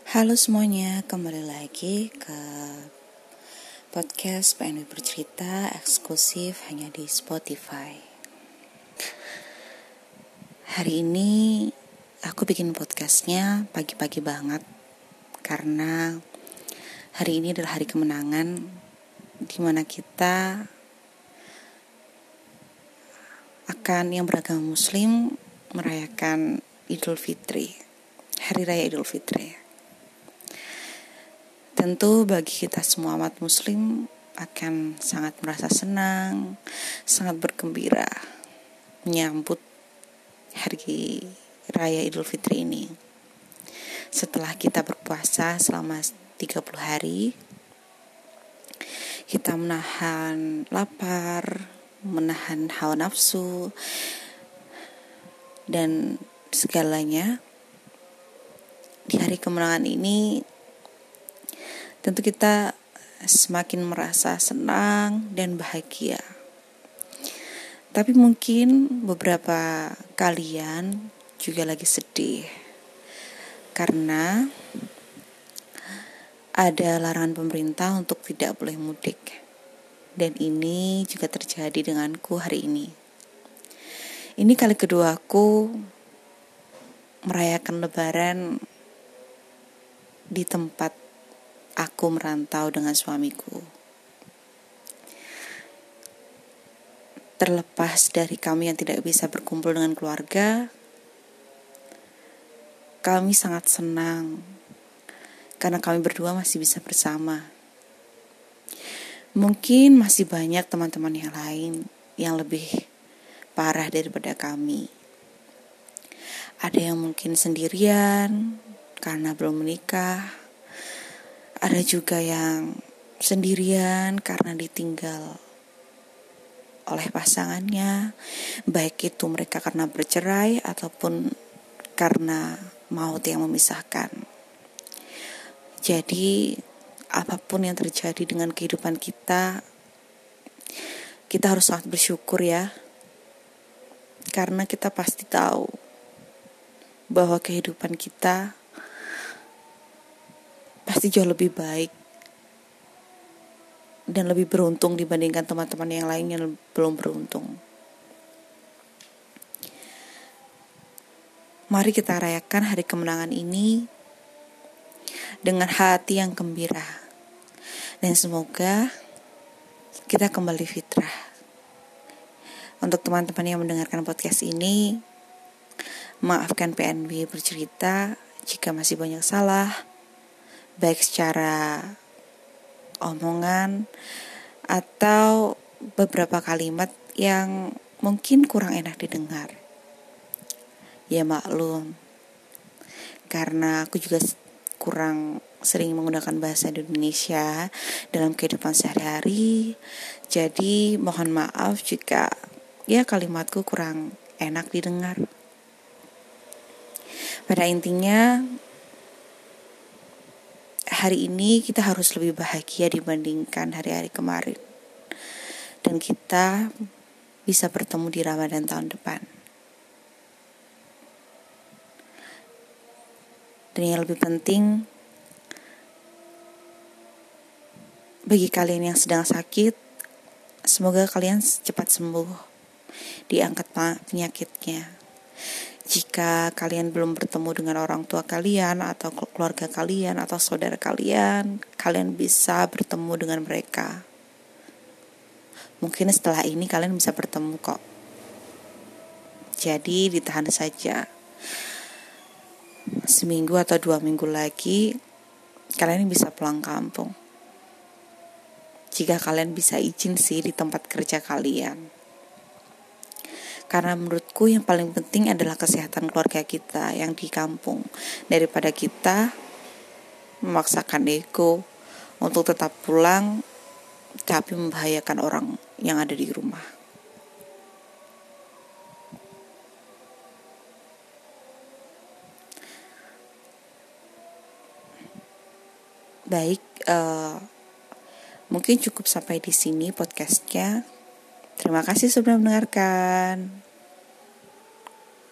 Halo semuanya, kembali lagi ke podcast PNW Bercerita eksklusif hanya di Spotify. Hari ini aku bikin podcastnya pagi-pagi banget karena hari ini adalah hari kemenangan di mana kita akan yang beragama Muslim merayakan Idul Fitri, Hari Raya Idul Fitri. Tentu bagi kita semua umat Muslim akan sangat merasa senang, sangat bergembira menyambut Hari Raya Idul Fitri ini. Setelah kita berpuasa selama 30 hari, kita menahan lapar, menahan hawa nafsu, dan segalanya. Di hari kemenangan ini tentu kita semakin merasa senang dan bahagia. Tapi mungkin beberapa kalian juga lagi sedih karena ada larangan pemerintah untuk tidak boleh mudik. Dan ini juga terjadi denganku hari ini. Ini kali kedua aku merayakan Lebaran di tempat aku merantau dengan suamiku. Terlepas dari kami yang tidak bisa berkumpul dengan keluarga, kami sangat senang karena kami berdua masih bisa bersama. Mungkin masih banyak teman-teman yang lain yang lebih parah daripada kami. Ada yang mungkin sendirian karena belum menikah. Ada juga yang sendirian karena ditinggal oleh pasangannya, baik itu mereka karena bercerai ataupun karena maut yang memisahkan. Jadi, apapun yang terjadi dengan kehidupan kita harus sangat bersyukur ya. Karena kita pasti tahu bahwa kehidupan kita pasti jauh lebih baik dan lebih beruntung dibandingkan teman-teman yang lain yang belum beruntung. Mari kita rayakan hari kemenangan ini dengan hati yang gembira. Dan semoga kita kembali fitrah. Untuk teman-teman yang mendengarkan podcast ini, maafkan PNW Bercerita jika masih banyak salah, baik secara omongan atau beberapa kalimat yang mungkin kurang enak didengar. Ya maklum, karena aku juga kurang sering menggunakan bahasa Indonesia dalam kehidupan sehari-hari. Jadi mohon maaf jika kalimatku kurang enak didengar. Pada intinya, hari ini kita harus lebih bahagia dibandingkan hari-hari kemarin. Dan kita bisa bertemu di Ramadan tahun depan. Dan yang lebih penting, bagi kalian yang sedang sakit, semoga kalian cepat sembuh, diangkat penyakitnya. Jika kalian belum bertemu dengan orang tua kalian atau keluarga kalian atau saudara kalian bisa bertemu dengan mereka. Mungkin setelah ini kalian bisa bertemu kok. Jadi ditahan saja. Seminggu atau 2 minggu lagi kalian bisa pulang kampung. Jika kalian bisa izin sih di tempat kerja kalian. Karena menurutku yang paling penting adalah kesehatan keluarga kita yang di kampung, daripada kita memaksakan ego untuk tetap pulang tapi membahayakan orang yang ada di rumah. Baik, mungkin cukup sampai di sini podcastnya. Terima kasih sudah mendengarkan.